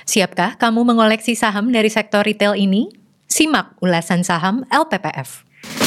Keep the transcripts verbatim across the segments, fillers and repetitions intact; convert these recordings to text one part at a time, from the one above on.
Siapkah kamu mengoleksi saham dari sektor retail ini? Simak ulasan saham L P P F.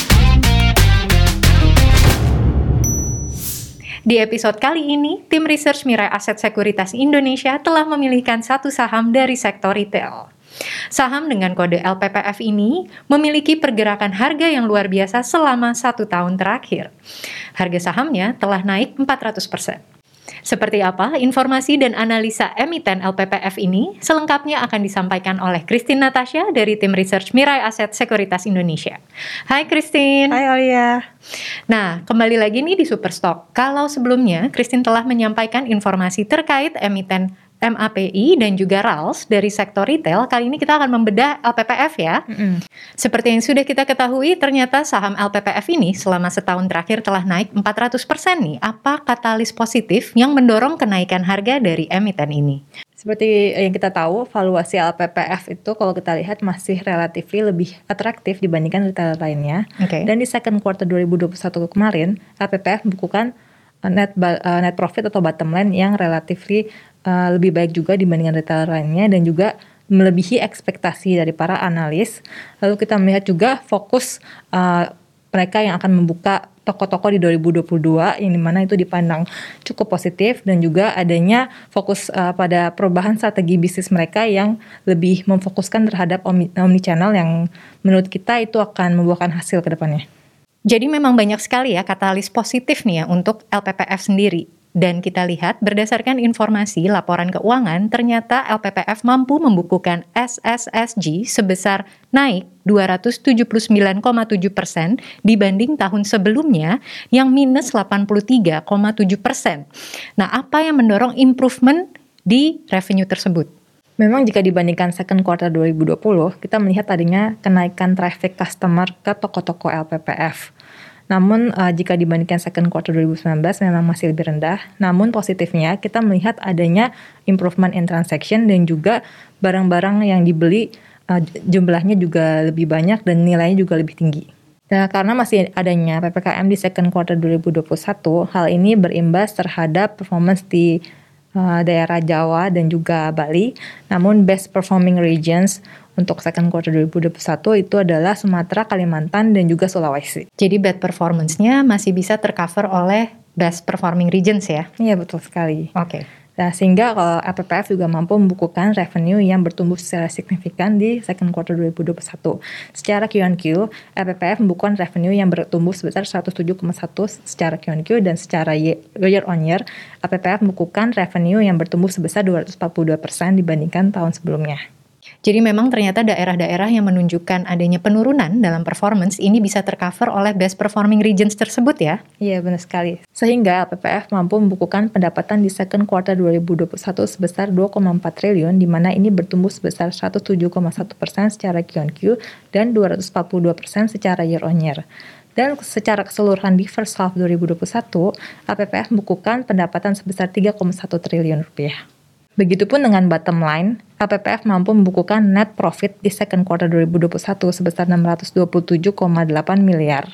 Di episode kali ini, tim research Mirae Asset Sekuritas Indonesia telah memilihkan satu saham dari sektor retail. Saham dengan kode L P P F ini memiliki pergerakan harga yang luar biasa selama satu tahun terakhir. Harga sahamnya telah naik empat ratus persen. Seperti apa informasi dan analisa emiten L P P F ini? Selengkapnya akan disampaikan oleh Christine Natasha dari tim research Mirae Asset Sekuritas Indonesia. Hai Christine. Hai Aulia. Nah, kembali lagi nih di Superstock. Kalau sebelumnya Christine telah menyampaikan informasi terkait emiten M A P I dan juga R A L S dari sektor retail, kali ini kita akan membedah L P P F ya. Mm-hmm. Seperti yang sudah kita ketahui, ternyata saham L P P F ini selama setahun terakhir telah naik empat ratus persen nih. Apa katalis positif yang mendorong kenaikan harga dari emiten ini? Seperti yang kita tahu, valuasi L P P F itu kalau kita lihat masih relatif lebih atraktif dibandingkan retail lainnya. Okay. Dan di second quarter dua ribu dua puluh satu kemarin, L P P F membukukan net net profit atau bottom line yang relatif Uh, lebih baik juga dibandingkan retail lainnya dan juga melebihi ekspektasi dari para analis. Lalu kita melihat juga fokus uh, mereka yang akan membuka toko-toko di dua ribu dua puluh dua yang dimana itu dipandang cukup positif dan juga adanya fokus uh, pada perubahan strategi bisnis mereka yang lebih memfokuskan terhadap omni, omnichannel yang menurut kita itu akan membuahkan hasil ke depannya. Jadi memang banyak sekali ya katalis positif nih ya untuk L P P F sendiri. Dan kita lihat berdasarkan informasi laporan keuangan, ternyata L P P F mampu membukukan S S S G sebesar naik dua ratus tujuh puluh sembilan koma tujuh persen dibanding tahun sebelumnya yang minus delapan puluh tiga koma tujuh persen. Nah, apa yang mendorong improvement di revenue tersebut? Memang jika dibandingkan second quarter dua ribu dua puluh, kita melihat adanya kenaikan traffic customer ke toko-toko L P P F. Namun uh, jika dibandingkan second quarter dua ribu sembilan belas memang masih lebih rendah. Namun positifnya kita melihat adanya improvement in transaction dan juga barang-barang yang dibeli uh, jumlahnya juga lebih banyak dan nilainya juga lebih tinggi. Nah, karena masih adanya P P K M di second quarter dua ribu dua puluh satu, hal ini berimbas terhadap performance di uh, daerah Jawa dan juga Bali. Namun best performing regions untuk second quarter dua ribu dua puluh satu itu adalah Sumatera, Kalimantan, dan juga Sulawesi. Jadi bad performance-nya masih bisa tercover oleh best performing regions ya? Iya, betul sekali. Oke. Okay. Nah, sehingga kalau L P P F juga mampu membukukan revenue yang bertumbuh secara signifikan di second quarter dua ribu dua puluh satu. Secara Q on Q, L P P F membukukan revenue yang bertumbuh sebesar seratus tujuh koma satu secara Q on Q dan secara year on year, L P P F membukukan revenue yang bertumbuh sebesar dua ratus empat puluh dua persen dibandingkan tahun sebelumnya. Jadi memang ternyata daerah-daerah yang menunjukkan adanya penurunan dalam performance ini bisa tercover oleh best performing regions tersebut ya? Iya, benar sekali. Sehingga L P P F mampu membukukan pendapatan di second quarter dua ribu dua puluh satu sebesar dua koma empat triliun, di mana ini bertumbuh sebesar seratus tujuh koma satu persen secara Q on Q dan dua ratus empat puluh dua persen secara year on year. Dan secara keseluruhan di first half dua ribu dua puluh satu, L P P F membukukan pendapatan sebesar tiga koma satu triliun rupiah. Begitupun dengan bottom line, L P P F mampu membukukan net profit di second quarter dua ribu dua puluh satu sebesar enam ratus dua puluh tujuh koma delapan miliar.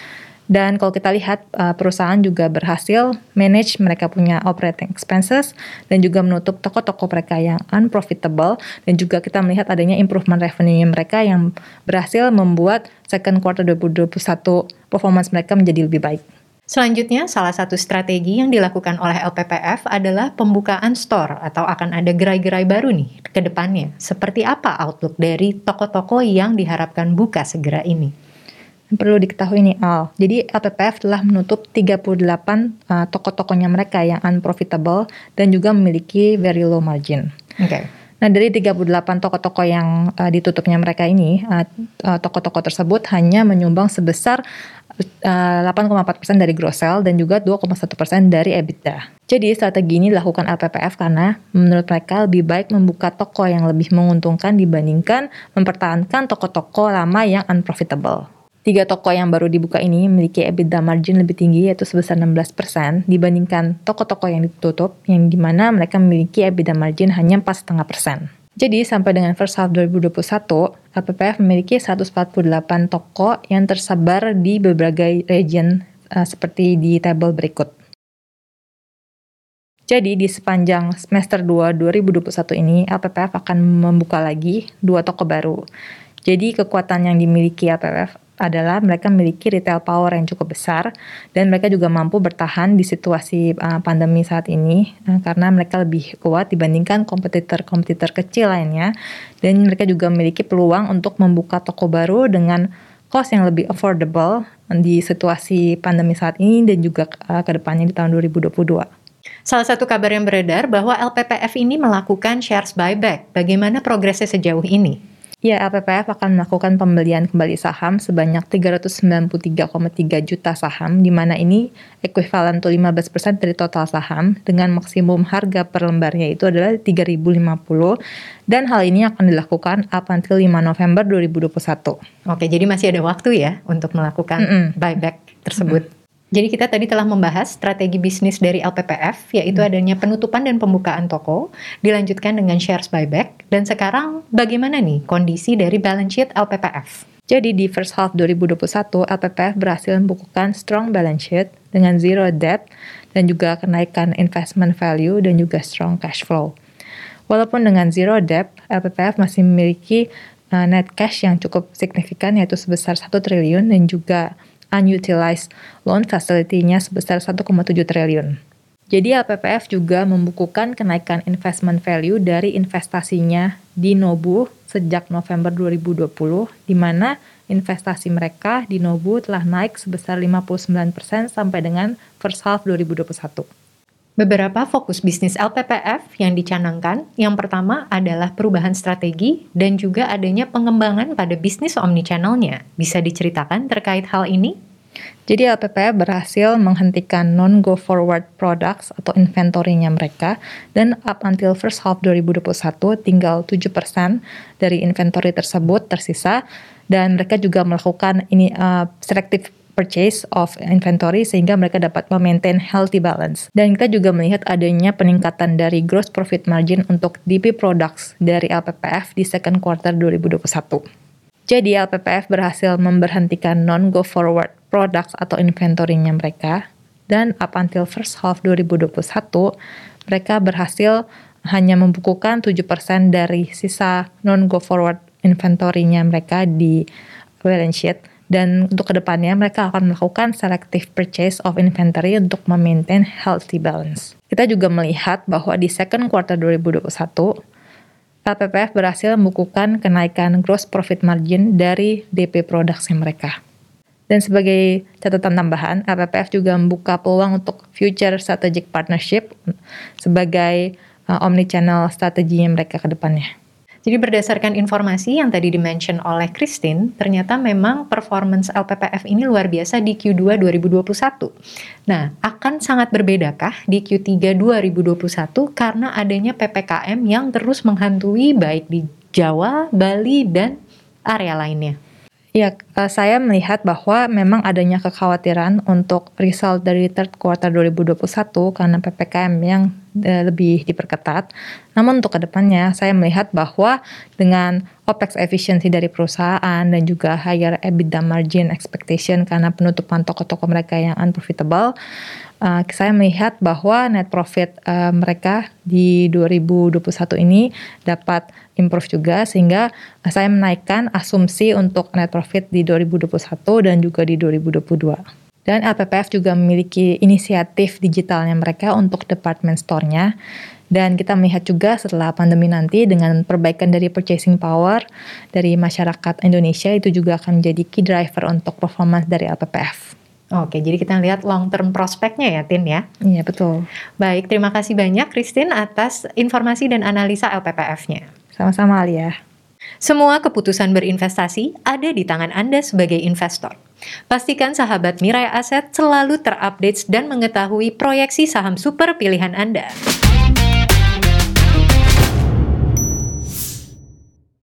Dan kalau kita lihat, perusahaan juga berhasil manage mereka punya operating expenses dan juga menutup toko-toko mereka yang unprofitable, dan juga kita melihat adanya improvement revenue mereka yang berhasil membuat second quarter dua ribu dua puluh satu performance mereka menjadi lebih baik. Selanjutnya, salah satu strategi yang dilakukan oleh L P P F adalah pembukaan store atau akan ada gerai-gerai baru nih ke depannya. Seperti apa outlook dari toko-toko yang diharapkan buka segera ini? Perlu diketahui nih Al, jadi L P P F telah menutup tiga puluh delapan uh, toko-tokonya mereka yang unprofitable dan juga memiliki very low margin. Oke. Okay. Nah, dari tiga puluh delapan toko-toko yang uh, ditutupnya mereka ini, uh, uh, toko-toko tersebut hanya menyumbang sebesar uh, delapan koma empat persen dari gross sale dan juga dua koma satu persen dari EBITDA. Jadi, strategi ini dilakukan L P P F karena menurut mereka lebih baik membuka toko yang lebih menguntungkan dibandingkan mempertahankan toko-toko lama yang unprofitable. Tiga toko yang baru dibuka ini memiliki EBITDA margin lebih tinggi yaitu sebesar enam belas persen dibandingkan toko-toko yang ditutup yang dimana mereka memiliki EBITDA margin hanya empat koma lima persen. Jadi sampai dengan first half dua ribu dua puluh satu, L P P F memiliki seratus empat puluh delapan toko yang tersebar di berbagai region uh, seperti di tabel berikut. Jadi di sepanjang semester dua dua ribu dua puluh satu ini, L P P F akan membuka lagi dua toko baru. Jadi kekuatan yang dimiliki L P P F adalah mereka memiliki retail power yang cukup besar dan mereka juga mampu bertahan di situasi uh, pandemi saat ini uh, karena mereka lebih kuat dibandingkan kompetitor-kompetitor kecil lainnya, dan mereka juga memiliki peluang untuk membuka toko baru dengan cost yang lebih affordable di situasi pandemi saat ini dan juga uh, ke depannya di tahun dua ribu dua puluh dua. Salah satu kabar yang beredar bahwa L P P F ini melakukan shares buyback. Bagaimana progresnya sejauh ini? Ya, L P P F akan melakukan pembelian kembali saham sebanyak tiga ratus sembilan puluh tiga koma tiga juta saham, di mana ini ekuivalen untuk lima belas persen dari total saham dengan maksimum harga per lembarnya itu adalah tiga ribu lima puluh, dan hal ini akan dilakukan up until lima November dua ribu dua puluh satu. Oke, jadi masih ada waktu ya untuk melakukan Mm-mm. buyback tersebut. Mm-mm. Jadi kita tadi telah membahas strategi bisnis dari L P P F, yaitu adanya penutupan dan pembukaan toko, dilanjutkan dengan shares buyback, dan sekarang bagaimana nih kondisi dari balance sheet L P P F? Jadi di first half dua ribu dua puluh satu, L P P F berhasil membukukan strong balance sheet dengan zero debt dan juga kenaikan investment value dan juga strong cash flow. Walaupun dengan zero debt, L P P F masih memiliki uh, net cash yang cukup signifikan, yaitu sebesar satu triliun dan juga unutilized loan facility-nya sebesar satu koma tujuh triliun. Jadi L P P F juga membukukan kenaikan investment value dari investasinya di Nobu sejak November dua ribu dua puluh, di mana investasi mereka di Nobu telah naik sebesar lima puluh sembilan persen sampai dengan first half dua ribu dua puluh satu. Beberapa fokus bisnis L P P F yang dicanangkan, yang pertama adalah perubahan strategi dan juga adanya pengembangan pada bisnis omnichannel-nya. Bisa diceritakan terkait hal ini? Jadi L P P F berhasil menghentikan non-go forward products atau inventory-nya mereka, dan up until first half dua ribu dua puluh satu tinggal tujuh persen dari inventory tersebut tersisa, dan mereka juga melakukan ini uh, selective purchase of inventory sehingga mereka dapat memaintain healthy balance. Dan kita juga melihat adanya peningkatan dari gross profit margin untuk D P products dari L P P F di second quarter dua ribu dua puluh satu. Jadi L P P F berhasil memberhentikan non-go forward products atau inventory-nya mereka, dan up until first half dua ribu dua puluh satu mereka berhasil hanya membukukan tujuh persen dari sisa non-go forward inventory-nya mereka di balance sheet. Dan untuk kedepannya mereka akan melakukan selective purchase of inventory untuk memaintain healthy balance. Kita juga melihat bahwa di second quarter dua ribu dua puluh satu, L P P F berhasil membukukan kenaikan gross profit margin dari D P products-nya mereka. Dan sebagai catatan tambahan, L P P F juga membuka peluang untuk future strategic partnership sebagai uh, omnichannel strateginya mereka ke depannya. Jadi berdasarkan informasi yang tadi dimention oleh Christine, ternyata memang performance L P P F ini luar biasa di Q dua dua ribu dua puluh satu. Nah, akan sangat berbedakah di Q tiga dua ribu dua puluh satu karena adanya P P K M yang terus menghantui baik di Jawa, Bali, dan area lainnya? Ya, saya melihat bahwa memang adanya kekhawatiran untuk result dari third quarter dua ribu dua puluh satu karena P P K M yang lebih diperketat. Namun untuk kedepannya saya melihat bahwa dengan OPEX efficiency dari perusahaan dan juga higher EBITDA margin expectation karena penutupan toko-toko mereka yang unprofitable, uh, saya melihat bahwa net profit uh, mereka di dua ribu dua puluh satu ini dapat improve juga, sehingga uh, saya menaikkan asumsi untuk net profit di dua ribu dua puluh satu dan juga di dua ribu dua puluh dua. Dan L P P F juga memiliki inisiatif digitalnya mereka untuk department store-nya. Dan kita melihat juga setelah pandemi nanti dengan perbaikan dari purchasing power dari masyarakat Indonesia itu juga akan menjadi key driver untuk performance dari L P P F. Oke, jadi kita lihat long term prospeknya ya, Tin ya? Iya, betul. Baik, terima kasih banyak Christine atas informasi dan analisa L P P F-nya. Sama-sama, Alia. Semua keputusan berinvestasi ada di tangan Anda sebagai investor. Pastikan sahabat Mirai Aset selalu terupdate dan mengetahui proyeksi saham super pilihan Anda.